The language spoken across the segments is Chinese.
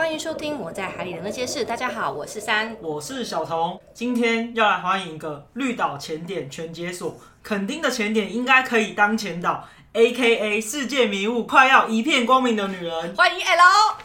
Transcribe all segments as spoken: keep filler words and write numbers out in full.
欢迎收听《我在海里的那些事》。大家好，我是珊， 我是小童。今天要来欢迎一个绿岛潜点全解锁，垦丁的潜点应该可以当前导 ，A K A 世界迷雾快要一片光明的女人。 欢迎 L。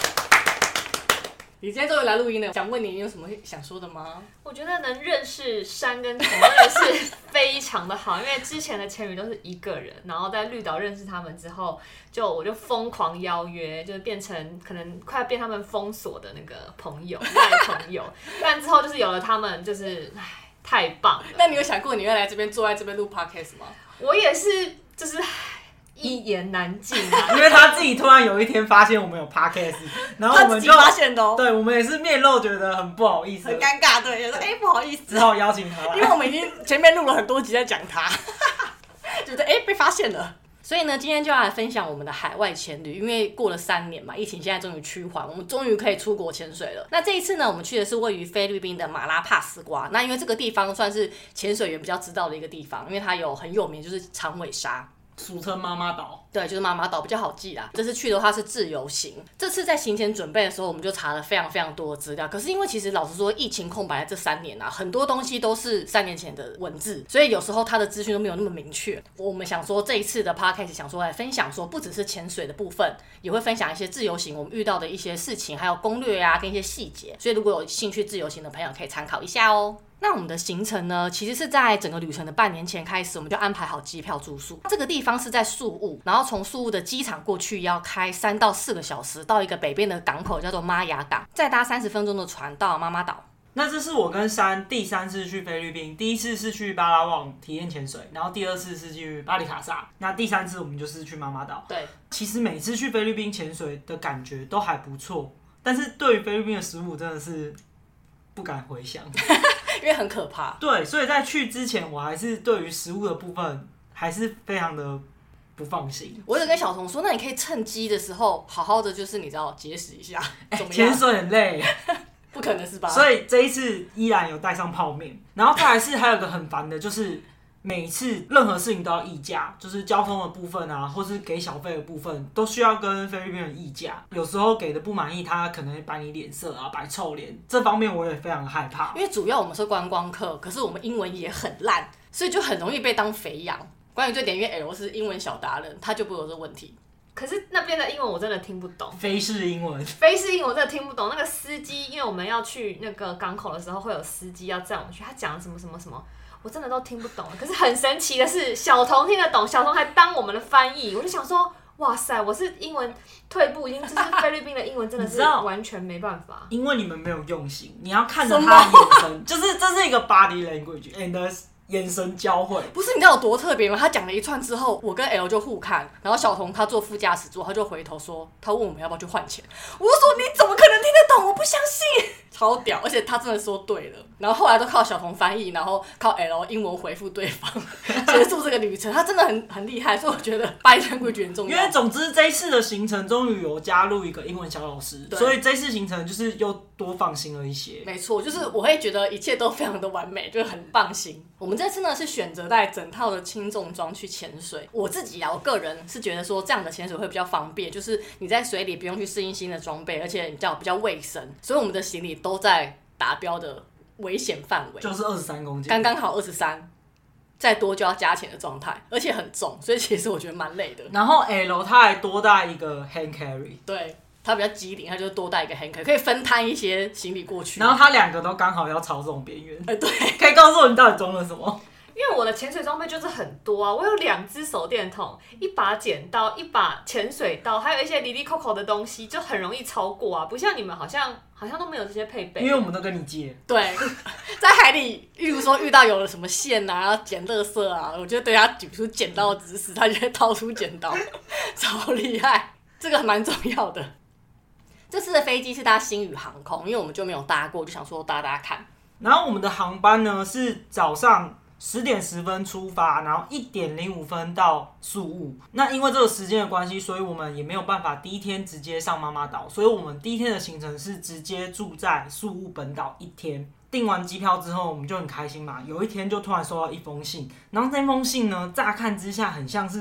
你今天终于来录音了，想问你，你有什么想说的吗？ 我觉得能认识珊跟童真的是非常的好，因为之前的潜旅都是一个人，然后在绿岛认识他们之后，就我就疯狂邀约，就是变成可能快要变他们封锁的那个朋友，赖朋友。但之后就是有了他们，就是唉，太棒了。 那你有想过你会来这边坐在这边录 podcast 吗？ 我也是，就是一言难尽啊， 因为他自己突然有一天发现我们有 podcast， 然后我们就他自己发现的哦。 对，我们也是面露觉得很不好意思， 很尴尬，对，说哎、欸、不好意思， 只好邀请他来， 因为我们已经前面录了很多集在讲他，觉得哎、欸、被发现了。所以呢，今天就要来分享我们的海外潜旅，因为过了三年嘛，疫情现在终于趋缓，我们终于可以出国潜水了。那这一次呢，我们去的是位于菲律宾的马拉帕斯瓜。那因为这个地方算是潜水员比较知道的一个地方，因为它有很有名就是长尾鲨。 俗称妈妈岛， 对，就是妈妈岛比较好记啦。这次去的话是自由行，这次在行前准备的时候，我们就查了非常非常多的资料。可是因为其实老实说，疫情空白的这三年啊，很多东西都是三年前的文字，所以有时候它的资讯都没有那么明确。我们想说这一次的 podcast 想说来分享说，不只是潜水的部分，也会分享一些自由行我们遇到的一些事情，还有攻略啊跟一些细节。所以如果有兴趣自由行的朋友，可以参考一下哦。那我们的行程呢，其实是在整个旅程的半年前开始，我们就安排好机票住宿。这个地方是在宿务，然后从宿务的机场过去要开三到四个小时，到一个北边的港口叫做玛雅港，再搭三十分钟的船到妈妈岛。 那这是我跟珊第三次去菲律宾，第一次是去巴拉望体验潜水，然后第二次是去巴里卡萨，那第三次我们就是去妈妈岛。 对， 其实每次去菲律宾潜水的感觉都还不错，但是对于菲律宾的食物真的是不敢回想。 因为很可怕。 对，所以在去之前，我还是对于食物的部分还是非常的不放心。 我有跟小童说，那你可以趁机的时候好好的，就是你知道节食一下，怎么样？ 潜水很累， 不可能是吧？ 所以这一次依然有带上泡面，然后再来是还有个很烦的，就是每次任何事情都要议价，就是交通的部分啊，或是给小费的部分，都需要跟菲律宾人议价。有时候给的不满意，他可能会摆你脸色啊，摆臭脸。这方面我也非常害怕， 因为主要我们是观光客，可是我们英文也很烂，所以就很容易被当肥羊。关于这点，因为 L 是英文小达人，他就不会有这个问题。 可是那边的英文我真的听不懂， 非式英文， 非式英文我真的听不懂。那个司机，因为我们要去那个港口的时候，会有司机要载我们去，他讲什么什么什么。我真的都听不懂，可是很神奇的是，小童听得懂，小童还当我们的翻译。我就想说，哇塞，我是英文退步，已经就是菲律宾的英文真的是完全没办法。 因为你们没有用心，你要看着他的眼神，就是这是一个 body language and 眼神交汇。 不是你知道有多特别吗？他讲了一串之后，我跟 L 就互看，然后小童他坐副驾驶座，他就回头说，他问我们要不要去换钱。我就说你怎么可能听得懂？我不相信。超屌，而且他真的说对了。然后后来都靠小童翻译，然后靠 L 英文回复对方，结束这个旅程。他真的很很厉害，所以我觉得 body language 很重要。 因为总之这一次的行程终于有加入一个英文小老师，所以这次行程就是又多放心了一些。 没错，就是我会觉得一切都非常的完美，就很放心。我们这次呢是选择带整套的轻重装去潜水。我自己啊，我个人是觉得说这样的潜水会比较方便，就是你在水里不用去适应新的装备，而且比较比较卫生，所以我们的行李都在达标的危险范围， 就是二十三公斤， 刚刚好二十三，再多就要加钱的状态，而且很重，所以其实我觉得蛮累的。 然后 L 他还多带一个 hand carry， 对，他比较机灵，他就多带一个 hand carry， 可以分摊一些行李过去。 然后他两个都刚好要朝这种边缘， 哎、欸，对， 可以告诉我你到底装了什么？ 因为我的潜水装备就是很多啊，我有两只手电筒、一把剪刀、一把潜水刀，还有一些哩哩扣扣的东西，就很容易超过啊。不像你们好像好像都没有这些配备， 因为我们都跟你借。 对，在海里，例如说遇到有了什么线啊，要捡垃圾啊，我就对他举出剪刀的姿势，他就会掏出剪刀，超厉害，这个蛮重要的。这次的飞机是搭星宇航空，因为我们就没有搭过，就想说搭搭看。 然后我们的航班呢是早上十点十分出发，然后一点零五分到宿务。那因为这个时间的关系，所以我们也没有办法第一天直接上妈妈岛，所以我们第一天的行程是直接住在宿务本岛一天。订完机票之后，我们就很开心嘛。有一天就突然收到一封信，然后那封信呢，乍看之下很像是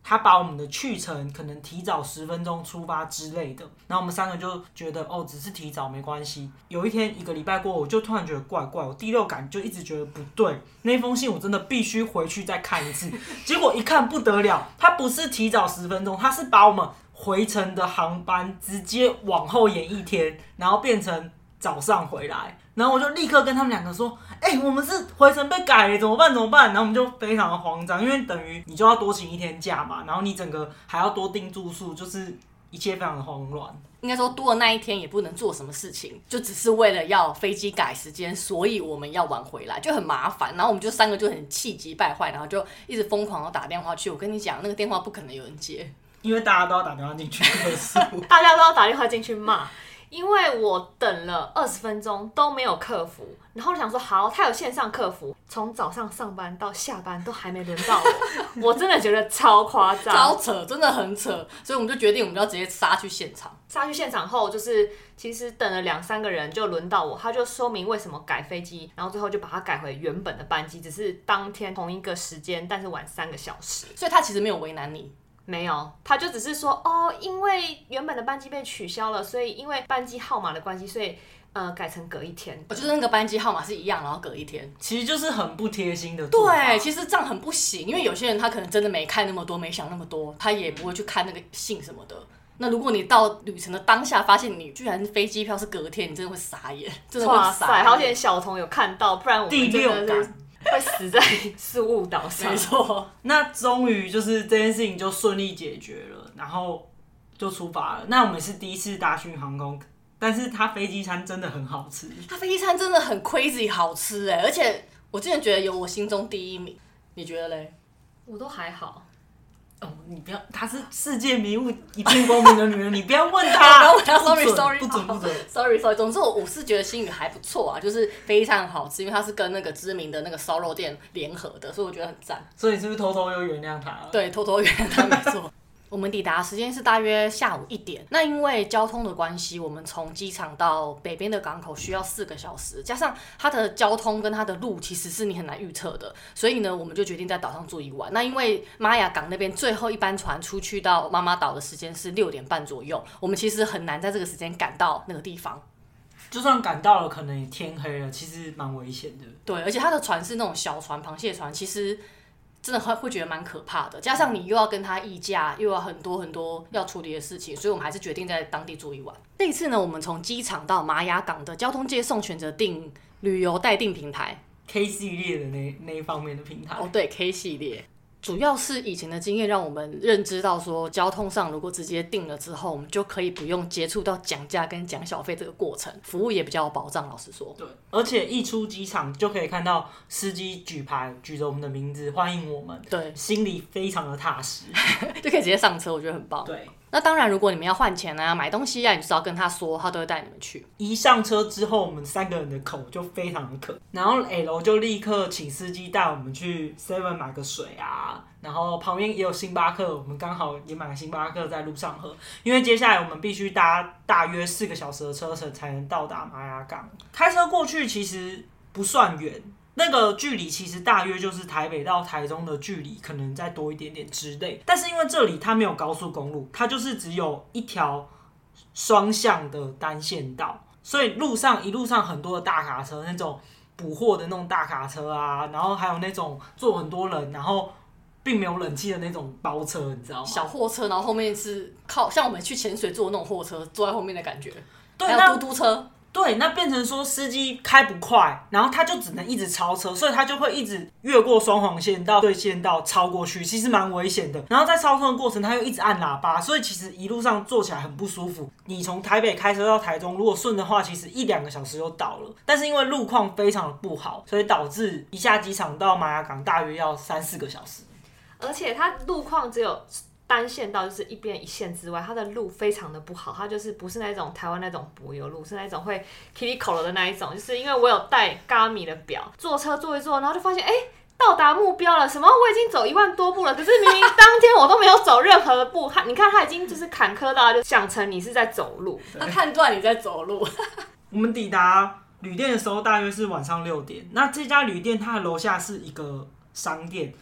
他把我们的去程可能提早十分钟出发之类的，然后我们三个就觉得哦，只是提早没关系。有一天一个礼拜过后，我就突然觉得怪怪，我第六感就一直觉得不对，那封信我真的必须回去再看一次。结果一看不得了，他不是提早十分钟，他是把我们回程的航班直接往后延一天，然后变成早上回来。然后我就立刻跟他们两个说：“哎、欸，我们是回程被改了，怎么办？怎么办？”然后我们就非常的慌张，因为等于你就要多请一天假嘛，然后你整个还要多订住宿，就是一切非常的慌乱。 应该说多的那一天也不能做什么事情，就只是为了要飞机改时间，所以我们要晚回来，就很麻烦。然后我们就三个就很气急败坏，然后就一直疯狂的打电话去。我跟你讲，那个电话不可能有人接， 因为大家都要打电话进去客诉， 大家都要打电话进去骂。因为我等了二十分钟都没有客服，然后我想说好，他有线上客服，从早上上班到下班都还没轮到我，我真的觉得超夸张， 超扯，真的很扯，所以我们就决定我们要直接杀去现场。 杀去现场后，就是其实等了两三个人就轮到我，他就说明为什么改飞机，然后最后就把它改回原本的班机，只是当天同一个时间，但是晚三个小时， 所以他其实没有为难你。 没有，他就只是说哦，因为原本的班机被取消了，所以因为班机号码的关系，所以呃改成隔一天。 我就是那个班机号码是一样，然后隔一天， 其实就是很不贴心的做法。 对，其实这样很不行，因为有些人他可能真的没看那么多，没想那么多，他也不会去看那个信什么的。那如果你到旅程的当下发现你居然飞机票是隔天，你真的会傻眼，真的会傻眼。 哇塞，好险小童有看到，不然我们第六真的是会死在宿务岛上。 没错， 那终于就是这件事情就顺利解决了，然后就出发了。那我们是第一次搭讯航空，但是它飞机餐真的很好吃。 它飞机餐真的很 crazy 好吃哎，而且我真的觉得有我心中第一名，你觉得嘞？ 我都还好。 哦，你不要，她是世界迷雾一片光明的女人，你不要问她。 不要问她 ，sorry sorry， 不准不准 ，sorry sorry。总之我我是觉得星宇还不错啊，就是非常好吃，因为它是跟那个知名的那个烧肉店联合的，所以我觉得很赞。 所以你是不是偷偷又原谅她了？ 对，偷偷原谅她，没错。我们抵达时间是大约下午一点，那因为交通的关系，我们从机场到北边的港口需要四个小时，加上它的交通跟它的路其实是你很难预测的，所以呢，我们就决定在岛上住一晚。那因为玛雅港那边最后一班船出去到妈妈岛的时间是六点半左右，我们其实很难在这个时间赶到那个地方。 就算赶到了，可能也天黑了，其实蛮危险的。 对，而且它的船是那种小船，螃蟹船，其实真的会会觉得蛮可怕的，加上你又要跟他议价，又要很多很多要处理的事情，所以我们还是决定在当地住一晚。这一次呢，我们从机场到玛雅港的交通接送选择订旅游代订平台 K 系列的那那一方面的平台。 哦，对 K 系列。主要是以前的经验让我们认知到说，交通上如果直接订了之后，我们就可以不用接触到讲价跟讲小费这个过程，服务也比较有保障。老实说， 对，而且一出机场就可以看到司机举牌举着我们的名字欢迎我们， 对， 心里非常的踏实， 就可以直接上车，我觉得很棒。 对。 那当然，如果你们要换钱啊、买东西啊，你就只要跟他说，他都会带你们去。 一上车之后，我们三个人的口就非常的渴，然后 L 就立刻请司机带我们去 seven 买个水啊，然后旁边也有星巴克，我们刚好也买了星巴克在路上喝，因为接下来我们必须搭大约四个小时的车程才能到达玛雅港。开车过去其实不算远。那个距离其实大约就是台北到台中的距离，可能再多一点点之类。但是因为这里它没有高速公路，它就是只有一条双向的单线道，所以路上一路上很多的大卡车，那种补货的那种大卡车啊，然后还有那种坐很多人，然后并没有冷气的那种包车，你知道吗？ 小货车，然后后面是靠像我们去潜水坐那种货车，坐在后面的感觉。 对， 还有嘟嘟车。 对，那变成说司机开不快，然后他就只能一直超车，所以他就会一直越过双黄线到对线道超过去，其实蛮危险的。然后在超车的过程，他又一直按喇叭，所以其实一路上坐起来很不舒服。你从台北开车到台中，如果顺的话，其实一两个小时就到了。但是因为路况非常的不好，所以导致一下机场到玛雅港大约要三四个小时。 而且它路况只有单线道，就是一边一线之外，它的路非常的不好，它就是不是那种台湾那种柏油路，是那种会 Kitty 口的那一种。就是因为我有带 Garmin 的表，坐车坐一坐，然后就发现哎、欸，到达目标了，什么我已经走一万多步了，可是明明当天我都没有走任何的步，你看它已经就是坎坷到就想成你是在走路， 他判断你在走路。 我们抵达旅店的时候大约是晚上六点，那这家旅店它的楼下是一个商店。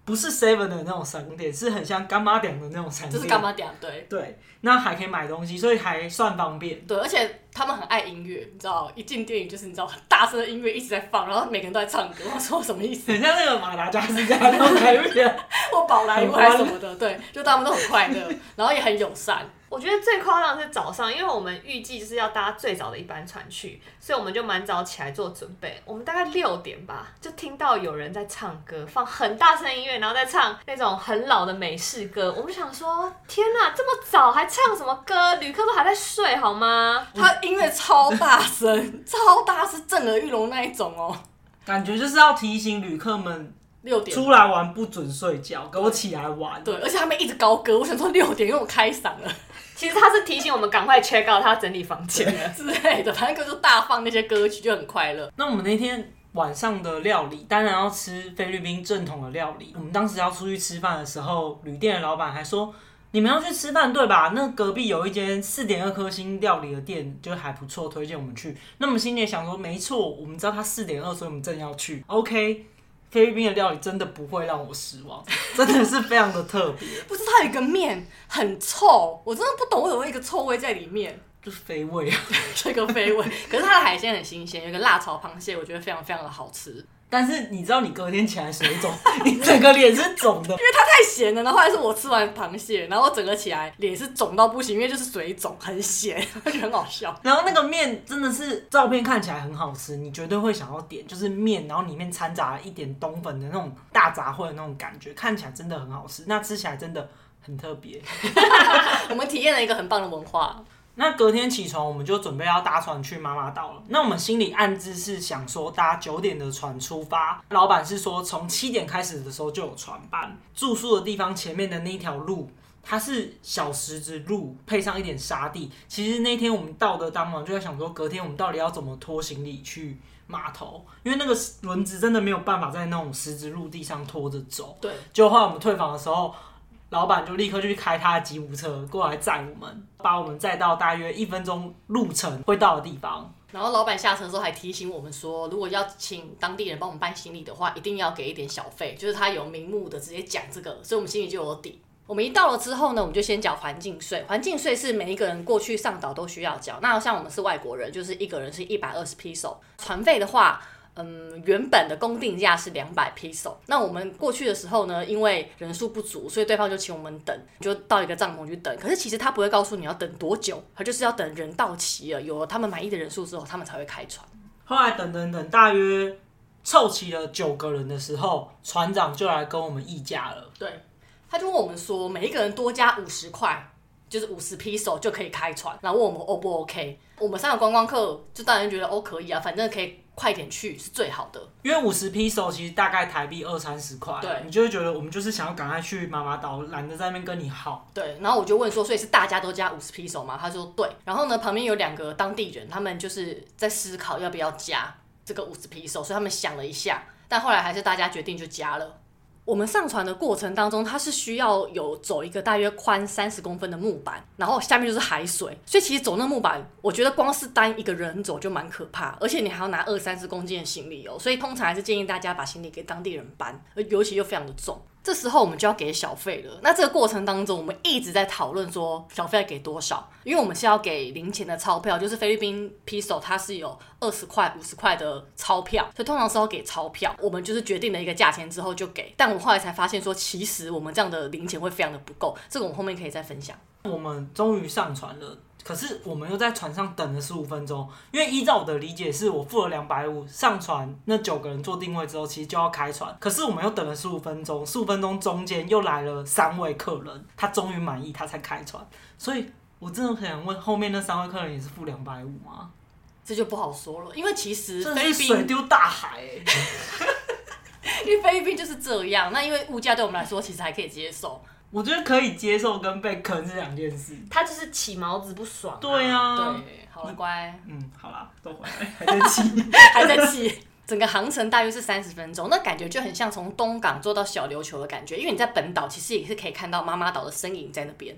不是 seven 的那种商店，是很像干妈店的那种商店， 就是干妈店，对对，那还可以买东西，所以还算方便。 对，而且他们很爱音乐，你知道，一进店里就是你知道很大声的音乐一直在放，然后每个人都在唱歌。我说什么意思？ 很像那个马达加斯加那种感觉， 或宝莱坞还是什么的，对，就他们都很快乐，然后也很友善。 我觉得最夸张的是早上，因为我们预计就是要搭最早的一班船去，所以我们就蛮早起来做准备。我们大概六点吧，就听到有人在唱歌，放很大声音乐，然后在唱那种很老的美式歌。我们想说，天哪，这么早还唱什么歌？旅客都还在睡好吗？ 他音乐超大声，超大是震耳欲聋那一种哦。 感觉就是要提醒旅客们。 六点出来玩不准睡觉，给我起来玩。 对，而且他们一直高歌，我想说六点因为我开嗓了。 其实他是提醒我们赶快 check out， 他整理房间了之类的，反正就大放那些歌曲，就很快乐。 那我们那天晚上的料理，当然要吃菲律宾正统的料理。我们当时要出去吃饭的时候，旅店的老板还说：“你们要去吃饭对吧？那隔壁有一间四点二颗星料理的店，就还不错，推荐我们去。”那我们心里也想说：“没错，我们知道它四点二，所以我们正要去。”OK。菲律宾的料理真的不会让我失望，真的是非常的特别。 不是，它有一个面很臭，我真的不懂为什么有一个臭味在里面， 就是肥味啊， 这个肥味。可是它的海鲜很新鲜，有一个辣炒螃蟹，我觉得非常非常的好吃。 但是你知道，你隔天起来水肿，你整个脸是肿的，因为它太咸了。然后后来是我吃完螃蟹，然后我整个起来脸是肿到不行，因为就是水肿，很咸，我觉得很好笑。 然后那个面真的是照片看起来很好吃，你绝对会想要点，就是面，然后里面掺杂一点冬粉的那种大杂烩的那种感觉，看起来真的很好吃。那吃起来真的很特别， 我们体验了一个很棒的文化。 那隔天起床，我们就准备要搭船去妈妈岛了。那我们心里暗自是想说，搭九点的船出发。老板是说，从七点开始的时候就有船班。住宿的地方前面的那条路，它是小石子路，配上一点沙地。其实那天我们到的当晚就在想说，隔天我们到底要怎么拖行李去码头？因为那个轮子真的没有办法在那种石子路地上拖着走。 对， 就后来我们退房的时候。老板就立刻去开他的吉普车过来载我们，把我们载到大约一分钟路程会到的地方。 然后老板下车的时候还提醒我们说，如果要请当地人帮我们搬行李的话，一定要给一点小费，就是他有明目的直接讲这个，所以我们心里就有底。我们一到了之后呢，我们就先缴环境税。环境税是每一个人过去上岛都需要缴。那像我们是外国人，就是一个人是一百二十 peso。船费的话。嗯，原本的公定价是两百 peso。那我们过去的时候呢，因为人数不足，所以对方就请我们等，就到一个帐篷去等。可是其实他不会告诉你要等多久，他就是要等人到齐了，有了他们满意的人数之后，他们才会开船。 后来等等等，大约凑齐了九个人的时候，船长就来跟我们议价了。 对，他就问我们说，每一个人多加五十块。就是五十 peso 就可以开船，然后问我们 O 不 OK？ 我们三个观光客就当然觉得哦可以啊，反正可以快点去是最好的。 因为五十 peso 其实大概台币二三十块， 对， 你就会觉得我们就是想要赶快去妈妈岛，懒得在那边跟你耗。 对，然后我就问说，所以是大家都加五十 peso 吗？他说对。然后呢，旁边有两个当地人，他们就是在思考要不要加这个五十 peso，所以他们想了一下，但后来还是大家决定就加了。我们上船的过程当中，它是需要有走一个大约宽三十公分的木板，然后下面就是海水，所以其实走那木板，我觉得光是单一个人走就蛮可怕，而且你还要拿二三十公斤的行李哦，所以通常还是建议大家把行李给当地人搬，而尤其又非常的重。这时候我们就要给小费了。那这个过程当中，我们一直在讨论说小费要给多少，因为我们是要给零钱的钞票，就是菲律宾 peso 它是有二十块、五十块的钞票，所以通常是要给钞票。我们就是决定了一个价钱之后就给，但我们后来才发现说，其实我们这样的零钱会非常的不够，这个我们后面可以再分享。 我们终于上船了。可是我们又在船上等了十五分钟，因为依照我的理解是我付了两百五上船，那九个人做定位之后，其实就要开船。可是我们又等了十五分钟，十五分钟中间又来了三位客人，他终于满意，他才开船。所以我真的很想问，后面那三位客人也是付两百五吗？ 这就不好说了，因为其实菲律宾水丢大海、欸， 因为菲律宾就是这样。那因为物价对我们来说其实还可以接受。 我觉得可以接受跟被坑是两件事。 他就是起毛子不爽、啊。 对啊， 对，好了，乖。 嗯，好啦，都回来，还在气， 还在气。整个航程大约是三十分钟，那感觉就很像从东港坐到小琉球的感觉，因为你在本岛其实也是可以看到妈妈岛的身影在那边。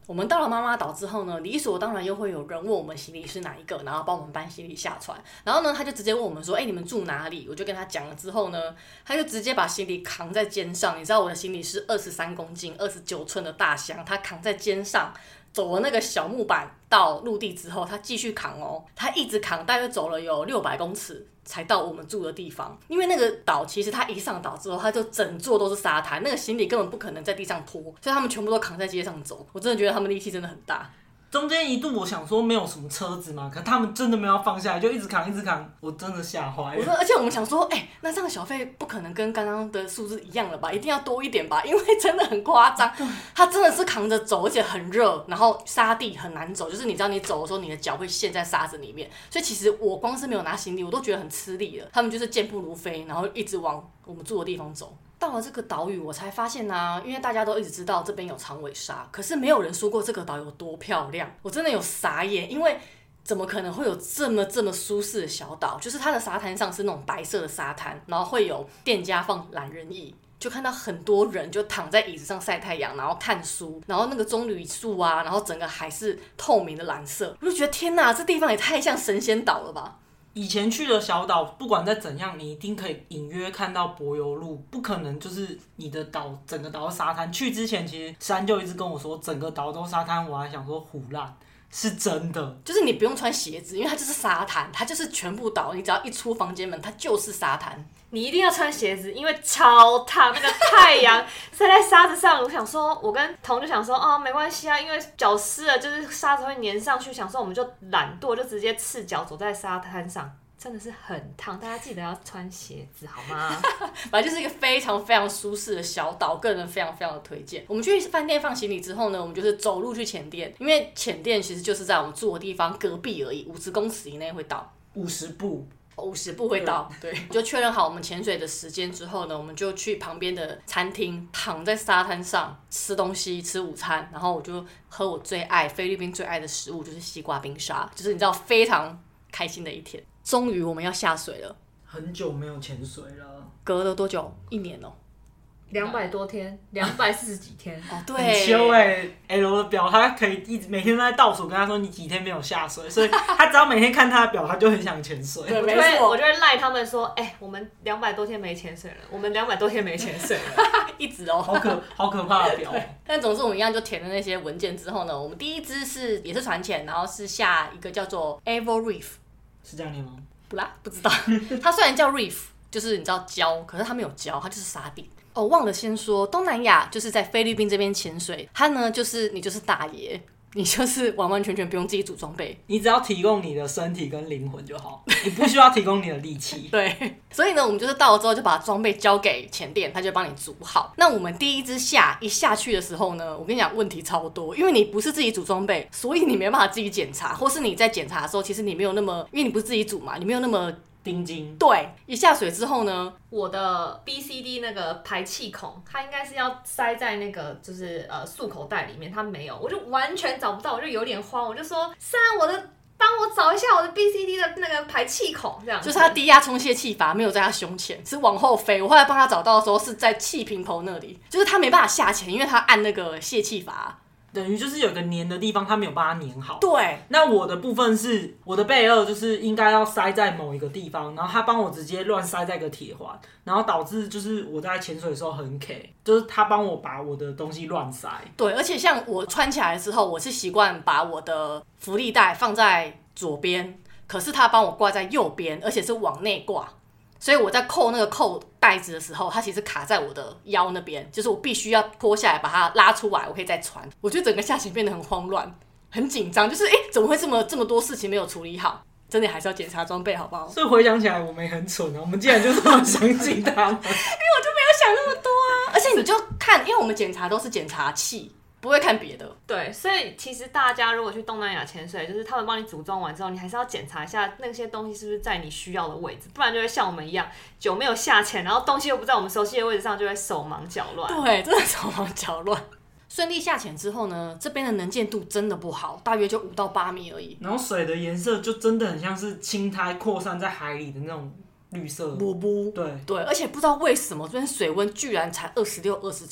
我们到了妈妈岛之后呢，理所当然又会有人问我们行李是哪一个，然后帮我们搬行李下船。然后呢，他就直接问我们说：“哎、欸，你们住哪里？”我就跟他讲了之后呢，他就直接把行李扛在肩上。你知道我的行李是二十三公斤、二十九寸的大箱，他扛在肩上，走了那个小木板到陆地之后，他继续扛哦，他一直扛，大约走了有六百公尺。才到我们住的地方，因为那个岛其实它一上岛之后，它就整座都是沙滩，那个行李根本不可能在地上拖，所以他们全部都扛在街上走。我真的觉得他们力气真的很大。 中间一度我想说没有什么车子嘛，可他们真的没有放下来，就一直扛一直扛，我真的吓坏了。 我说，而且我们想说，哎、欸，那这样小费不可能跟刚刚的数字一样了吧？一定要多一点吧？因为真的很夸张，他真的是扛着走，而且很热，然后沙地很难走，就是你知道你走的时候，你的脚会陷在沙子里面，所以其实我光是没有拿行李，我都觉得很吃力了。他们就是健步如飞，然后一直往我们住的地方走。到了这个岛屿，我才发现啊，因为大家都一直知道这边有长尾鲨，可是没有人说过这个岛有多漂亮。我真的有傻眼，因为怎么可能会有这么这么舒适的小岛？就是它的沙滩上是那种白色的沙滩，然后会有店家放懒人椅，就看到很多人就躺在椅子上晒太阳，然后看书，然后那个棕榈树啊，然后整个海是透明的蓝色，我就觉得天哪，这地方也太像神仙岛了吧！ 以前去的小岛，不管再怎样，你一定可以隐约看到柏油路，不可能就是你的岛整个岛是沙滩。去之前，其实山就一直跟我说整个岛都沙滩，我还想说唬烂，是真的， 就是你不用穿鞋子，因为它就是沙滩，它就是全部岛，你只要一出房间门，它就是沙滩。 你一定要穿鞋子，因为超烫，那个太阳晒在沙子上。我想说，我跟彤就想说，哦，没关系啊，因为脚湿了，就是沙子会粘上去。想说我们就懒惰，就直接赤脚走在沙滩上，真的是很烫。大家记得要穿鞋子好吗？ 反正就是一个非常非常舒适的小岛，个人非常非常的推荐。我们去饭店放行李之后呢，我们就是走路去浅店，因为浅店其实就是在我们住的地方隔壁而已，五十公尺以内会到， 五十步。 五十步会到，对，就确认好我们潜水的时间之后呢，我们就去旁边的餐厅，躺在沙滩上吃东西，吃午餐，然后我就喝我最爱菲律宾最爱的食物，就是西瓜冰沙，就是你知道非常开心的一天。终于我们要下水了， 很久没有潜水了， 隔了多久？一年哦、喔。 两百多天，两百四十几天。 哦，对， 很秋哎 ，L 的表他可以一直每天都在倒数，跟他说你几天没有下水，所以他只要每天看他的表，他就很想潜水。 对， 我就会我就会赖他们说，哎、欸，我们两百多天没潜水了，我们两百多天没潜水了， 一直哦、喔， 好可好可怕的表。 但总之我们一样就填了那些文件之后呢，我们第一支是也是船潜，然后是下一个叫做 Evo Reef， 是这样念吗？ 不啦，不知道。它虽然叫 Reef， 就是你知道礁，可是它没有礁，它就是沙地。哦，忘了先说，东南亚就是在菲律宾这边潜水，它呢就是你就是大爷，你就是完完全全不用自己组装备， 你只要提供你的身体跟灵魂就好，你不需要提供你的力气。 对，所以呢，我们就是到了之后就把装备交给潜店，他就帮你组好。那我们第一支下一下去的时候呢，我跟你讲问题超多，因为你不是自己组装备，所以你没办法自己检查，或是你在检查的时候，其实你没有那么，因为你不是自己组嘛，你没有那么。 钉金。 对，一下水之后呢， 我的 B C D 那个排气孔，它应该是要塞在那个就是呃束口袋里面，它没有，我就完全找不到，我就有点慌，我就说珊，我的帮我找一下我的 B C D 的那个排气孔，这样就是它低压充泄气阀没有在它胸前，是往后飞。我后来帮他找到的时候是在气瓶头那里，就是他没办法下潜，因为他按那个泄气阀。 等于就是有个粘的地方，它没有把它粘好。 对， 那我的部分是我的备二，就是应该要塞在某一个地方，然后他帮我直接乱塞在一个铁环，然后导致就是我在潜水的时候很 K， 就是他帮我把我的东西乱塞。 对，而且像我穿起来之后，我是习惯把我的浮力带放在左边，可是他帮我挂在右边，而且是往内挂。所以我在扣那个扣带子的时候，它其实卡在我的腰那边，就是我必须要脱下来把它拉出来，我可以再穿。我觉得整个下潜变得很慌乱，很紧张，就是哎、欸，怎么会这么这么多事情没有处理好？真的还是要检查装备，好不好？ 所以回想起来，我们也很蠢啊，我们竟然就这么相信他们，因为我就没有想那么多啊。而且你就看，因为我们检查都是检查气。不会看别的， 对，所以其实大家如果去东南亚潜水，就是他们帮你组装完之后，你还是要检查一下那些东西是不是在你需要的位置，不然就会像我们一样久没有下潜，然后东西又不在我们熟悉的位置上，就会手忙脚乱。 对，真的手忙脚乱。顺利下潜之后呢，这边的能见度真的不好，大约就五到八米而已。 然后水的颜色就真的很像是青苔扩散在海里的那种绿色。 波波。 对对，而且不知道为什么这边水温居然才二十六、二十七。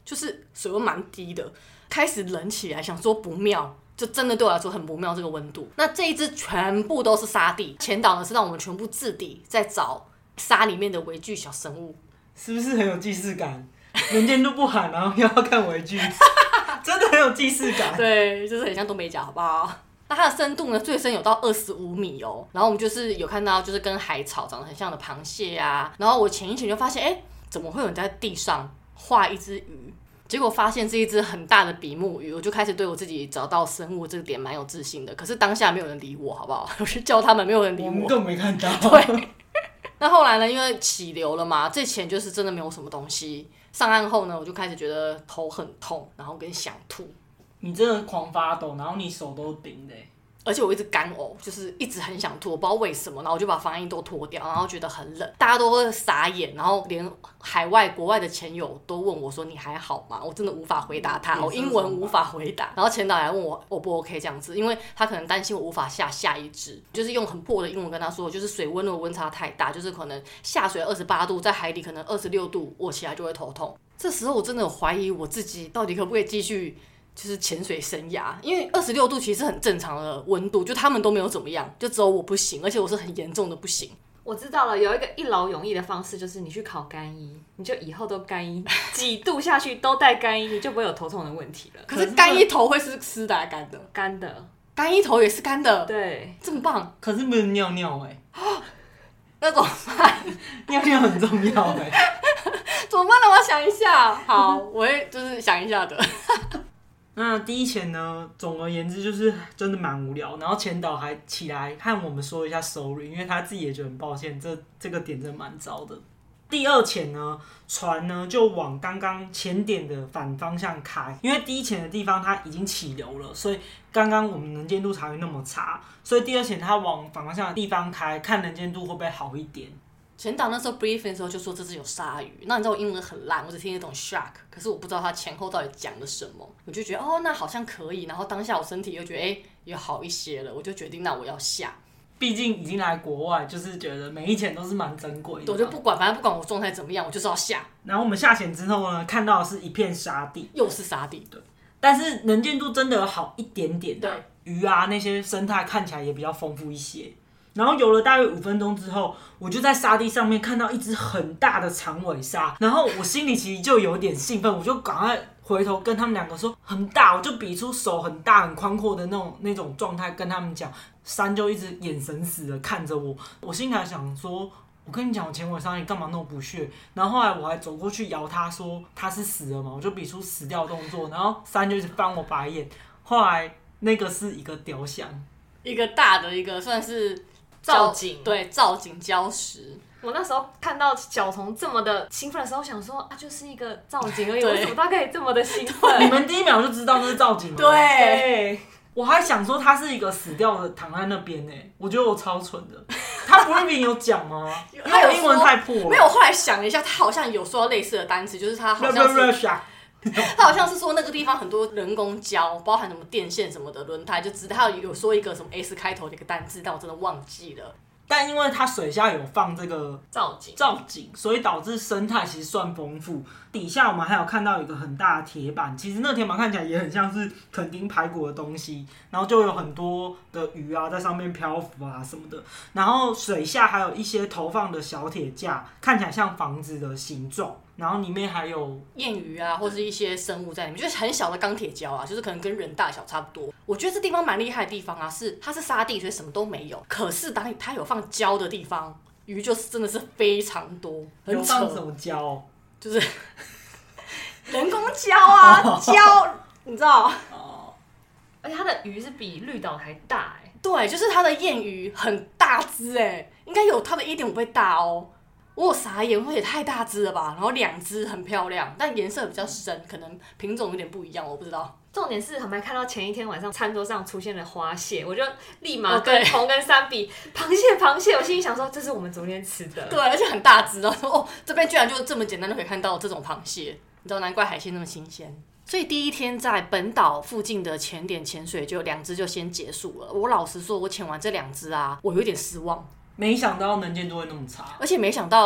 就是水温蛮低的，开始冷起来，想说不妙。就真的对我来说很不妙，这个温度。那这一支全部都是沙地，前导呢是让我们全部自底在找沙里面的微距小生物， 是不是很有既视感？能见度不喊，然后又要看微距，真的很有既视感。 对，就是很像东北角，好不好？那它的深度呢，最深有到二十五米哦。然后我们就是有看到，就是跟海草长得很像的螃蟹啊。然后我潜一潜就发现，哎，怎么会有人在地上画一只鱼？结果发现是一只很大的比目鱼，我就开始对我自己找到生物这个点蛮有自信的。可是当下没有人理我，好不好？我去叫他们，没有人理我， 我们更没看到。 对。那后来呢？因为起流了嘛，这前就是真的没有什么东西。上岸后呢，我就开始觉得头很痛，然后跟想吐。 你真的狂发抖，然后你手都顶的、欸。 而且我一直干呕，就是一直很想吐，我不知道为什么，然后我就把防疫都脱掉，然后觉得很冷，大家都会傻眼，然后连海外国外的前友都问我说你还好吗？我真的无法回答他，我英文无法回答，然后前导还问我 O 不 OK 这样子，因为他可能担心我无法下下一支，就是用很破的英文跟他说，就是水温的温差太大，就是可能下水二十八度，在海底可能二十六度，我起来就会头痛。这时候我真的有怀疑我自己到底可不可以继续。就是潜水生涯，因为二十六度其实很正常的温度，就他们都没有怎么样，就只有我不行，而且我是很严重的不行。 我知道了，有一个一劳永逸的方式，就是你去考干医，你就以后都干医，几度下去都带干医，你就不会有头痛的问题了。 可是干医头会是湿的还是干的？ 干的， 干医头也是干的。 对， 这么棒。 可是不能尿尿哎、 欸，那怎么办？ 尿尿很重要哎、欸， 怎么办呢？我要想一下。好，我会就是想一下的。 那第一潜呢，总而言之就是真的蛮无聊，然后前导还起来和我们说一下 sorry， 因为他自己也觉得很抱歉，这这个点真的蛮糟的。第二潜呢，船呢就往刚刚前点的反方向开，因为第一潜的地方它已经起流了，所以刚刚我们能见度才会那么差，所以第二潜它往反方向的地方开，看能见度会不会好一点。 前导那时候 briefing 的时候就说这只有鲨鱼，那你知道我英文很烂，我只听得懂 shark， 可是我不知道它前后到底讲了什么，我就觉得哦那好像可以，然后当下我身体又觉得哎、欸、有好一些了，我就决定那我要下。 毕竟已经来国外，就是觉得每一潜都是蛮珍贵的。 我就不管，反正不管我状态怎么样，我就是要下。 然后我们下潜之后呢，看到的是一片沙地， 又是沙地， 对。但是能见度真的有好一点点、啊， 对， 鱼啊那些生态看起来也比较丰富一些。然后游了大约五分钟之后，我就在沙地上面看到一只很大的长尾鲨，然后我心里其实就有点兴奋，我就赶快回头跟他们两个说很大，我就比出手很大很宽阔的那种那种状态跟他们讲，山就一直眼神死的看着我，我心里还想说，我跟你讲我前尾鲨你干嘛那么不屑？然后后来我还走过去摇他说他是死了嘛，我就比出死掉动作，然后山就一直翻我白眼，后来那个是一个雕像， 一个大的一个算是。 造景， 对，造景礁石。 我那时候看到小童这么的兴奋的时候，想说啊，就是一个造景而已，为什么他可以这么的兴奋？ 你们第一秒就知道那是造景吗？ 对， 我还想说他是一个死掉的躺在那边呢，我觉得我超蠢的。他不是有讲吗？因为我英文太破了。 没有，我后来想了一下，他好像有说到类似的单词，就是他好像是。他好像是说那个地方很多人工礁，包含什么电线什么的轮胎，就知道他有说一个什么 S 开头的一个单字，但我真的忘记了。 但因为它水下有放这个造景， 造景，所以导致生态其实算丰富。底下我们还有看到一个很大的铁板，其实那铁板看起来也很像是垦丁排骨的东西，然后就有很多的鱼啊在上面漂浮啊什么的。然后水下还有一些投放的小铁架，看起来像房子的形状。然后里面还有燕鱼啊，或是一些生物在里面，就是很小的钢铁礁啊，就是可能跟人大小差不多。我觉得这地方蛮厉害的地方啊，是它是沙地，所以什么都没有。可是当它有放礁的地方，鱼就是真的是非常多，很扯。 有放什么礁？ 就是人工礁啊，礁，你知道？ 哦。 而且它的鱼是比绿岛还大哎、欸。 对，就是它的燕鱼很大只哎、欸，应该有它的 一点五 倍大哦。我有傻眼，我也太大只了吧！然后两只很漂亮，但颜色比较深，可能品种有点不一样，我不知道。 重点是我们还看到前一天晚上餐桌上出现了花蟹，我就立马跟同跟三比螃蟹螃蟹，我心里想说这是我们昨天吃的， 对，而且很大只，然后说哦这边居然就这么简单就可以看到这种螃蟹，你知道难怪海鲜那么新鲜。所以第一天在本岛附近的潜点潜水就两只就先结束了。我老实说，我潜完这两只啊，我有点失望。 没想到能见度会那么差， 而且没想到，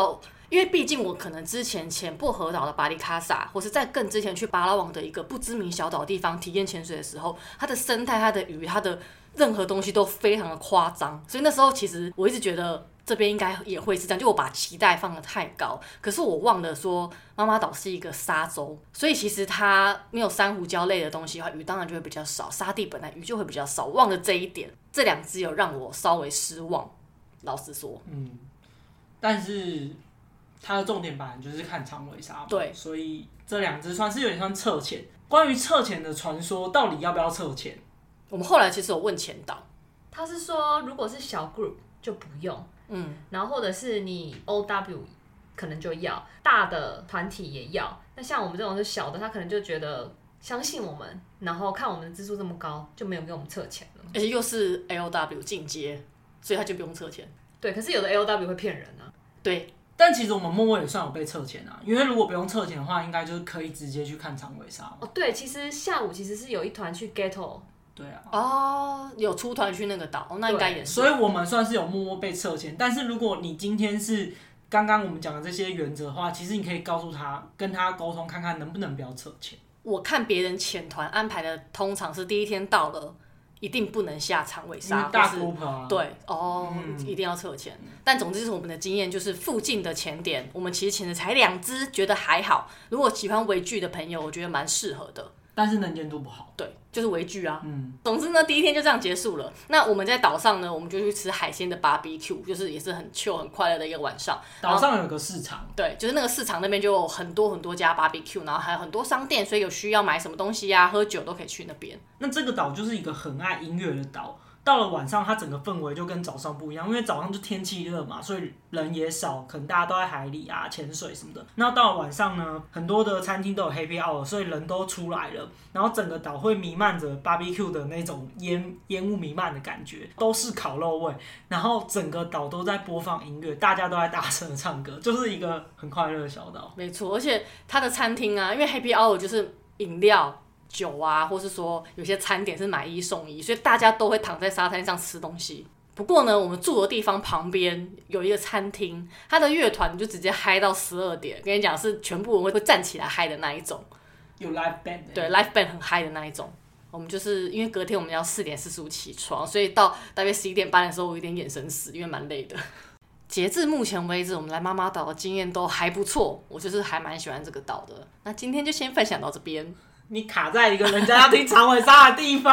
因为毕竟我可能之前前薄荷岛的巴里卡萨，或是在更之前去巴拉望的一个不知名小岛地方体验潜水的时候，它的生态、它的鱼、它的任何东西都非常的夸张，所以那时候其实我一直觉得这边应该也会是这样，就我把期待放得太高，可是我忘了说妈妈岛是一个沙洲，所以其实它没有珊瑚礁类的东西的话，鱼当然就会比较少，沙地本来鱼就会比较少，忘了这一点，这两只有让我稍微失望，老实说。 嗯，但是它的重点本来就是看长尾鲨嘛， 对， 所以这两只算是有点像侧潜。关于侧潜的传说，到底要不要侧潜？ 我们后来其实有问前导， 他是说如果是小 group 就不用，嗯，然后或者是你 O W 可能就要，大的团体也要。那像我们这种是小的，他可能就觉得相信我们，然后看我们的支数这么高，就没有给我们测潜了。 而且又是 L W 进阶，所以他就不用测潜。 对，可是有的 L W 会骗人啊。 对。 但其实我们默默也算有被测潜啊，因为如果不用测潜的话，应该就是可以直接去看长尾鲨。 哦，对，其实下午其实是有一团去 Ghetto。 对啊。 哦，有出团去那个岛，那应该也是。 所以我们算是有默默被测潜，但是如果你今天是刚刚我们讲的这些原则的话，其实你可以告诉他，跟他沟通看看能不能不要测潜。 我看别人潜团安排的，通常是第一天到了。一定不能下长尾鲨， 大 group 啊， 对哦、嗯，一定要测潜。但总之是我们的经验，就是附近的潜点，我们其实潜的才两只，觉得还好。如果喜欢微距的朋友，我觉得蛮适合的。 但是能见度不好， 对，就是微距啊。 嗯， 总之呢，第一天就这样结束了。那我们在岛上呢，我们就去吃海鲜的 B B Q， 就是也是很 chill 很快乐的一个晚上。 岛上有个市场， 对，就是那个市场那边就有很多很多家 B B Q， 然后还有很多商店，所以有需要买什么东西啊、喝酒都可以去那边。 那这个岛就是一个很爱音乐的岛。到了晚上，它整个氛围就跟早上不一样，因为早上就天气热嘛，所以人也少，可能大家都在海里啊潜水什么的。那到了晚上呢，很多的餐厅都有 happy hour， 所以人都出来了，然后整个岛会弥漫着 B B Q 的那种烟烟雾弥漫的感觉，都是烤肉味，然后整个岛都在播放音乐，大家都在大声的唱歌，就是一个很快乐的小岛。 没错，而且它的餐厅啊，因为 happy hour 就是饮料。酒啊，或是说有些餐点是买一送一，所以大家都会躺在沙滩上吃东西。不过呢，我们住的地方旁边有一个餐厅，它的乐团就直接嗨到十二点，跟你讲是全部人会会站起来嗨的那一种， 有 live band， 对 live band 很嗨的那一种。我们就是因为隔天我们要四点四十五起床，所以到大约十一点半的时候，我有点眼神死，因为蛮累的。截至目前为止，我们来妈妈岛的经验都还不错，我就是还蛮喜欢这个岛的。那今天就先分享到这边。 你卡在一个人家要听长尾鲨的地方，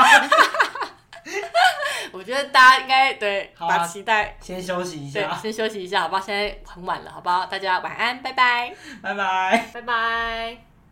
我觉得大家应该对、啊、把期待先休息一下， 先休息一下，好吧？现在很晚了，好不好？大家晚安，拜拜， 拜拜， 拜拜。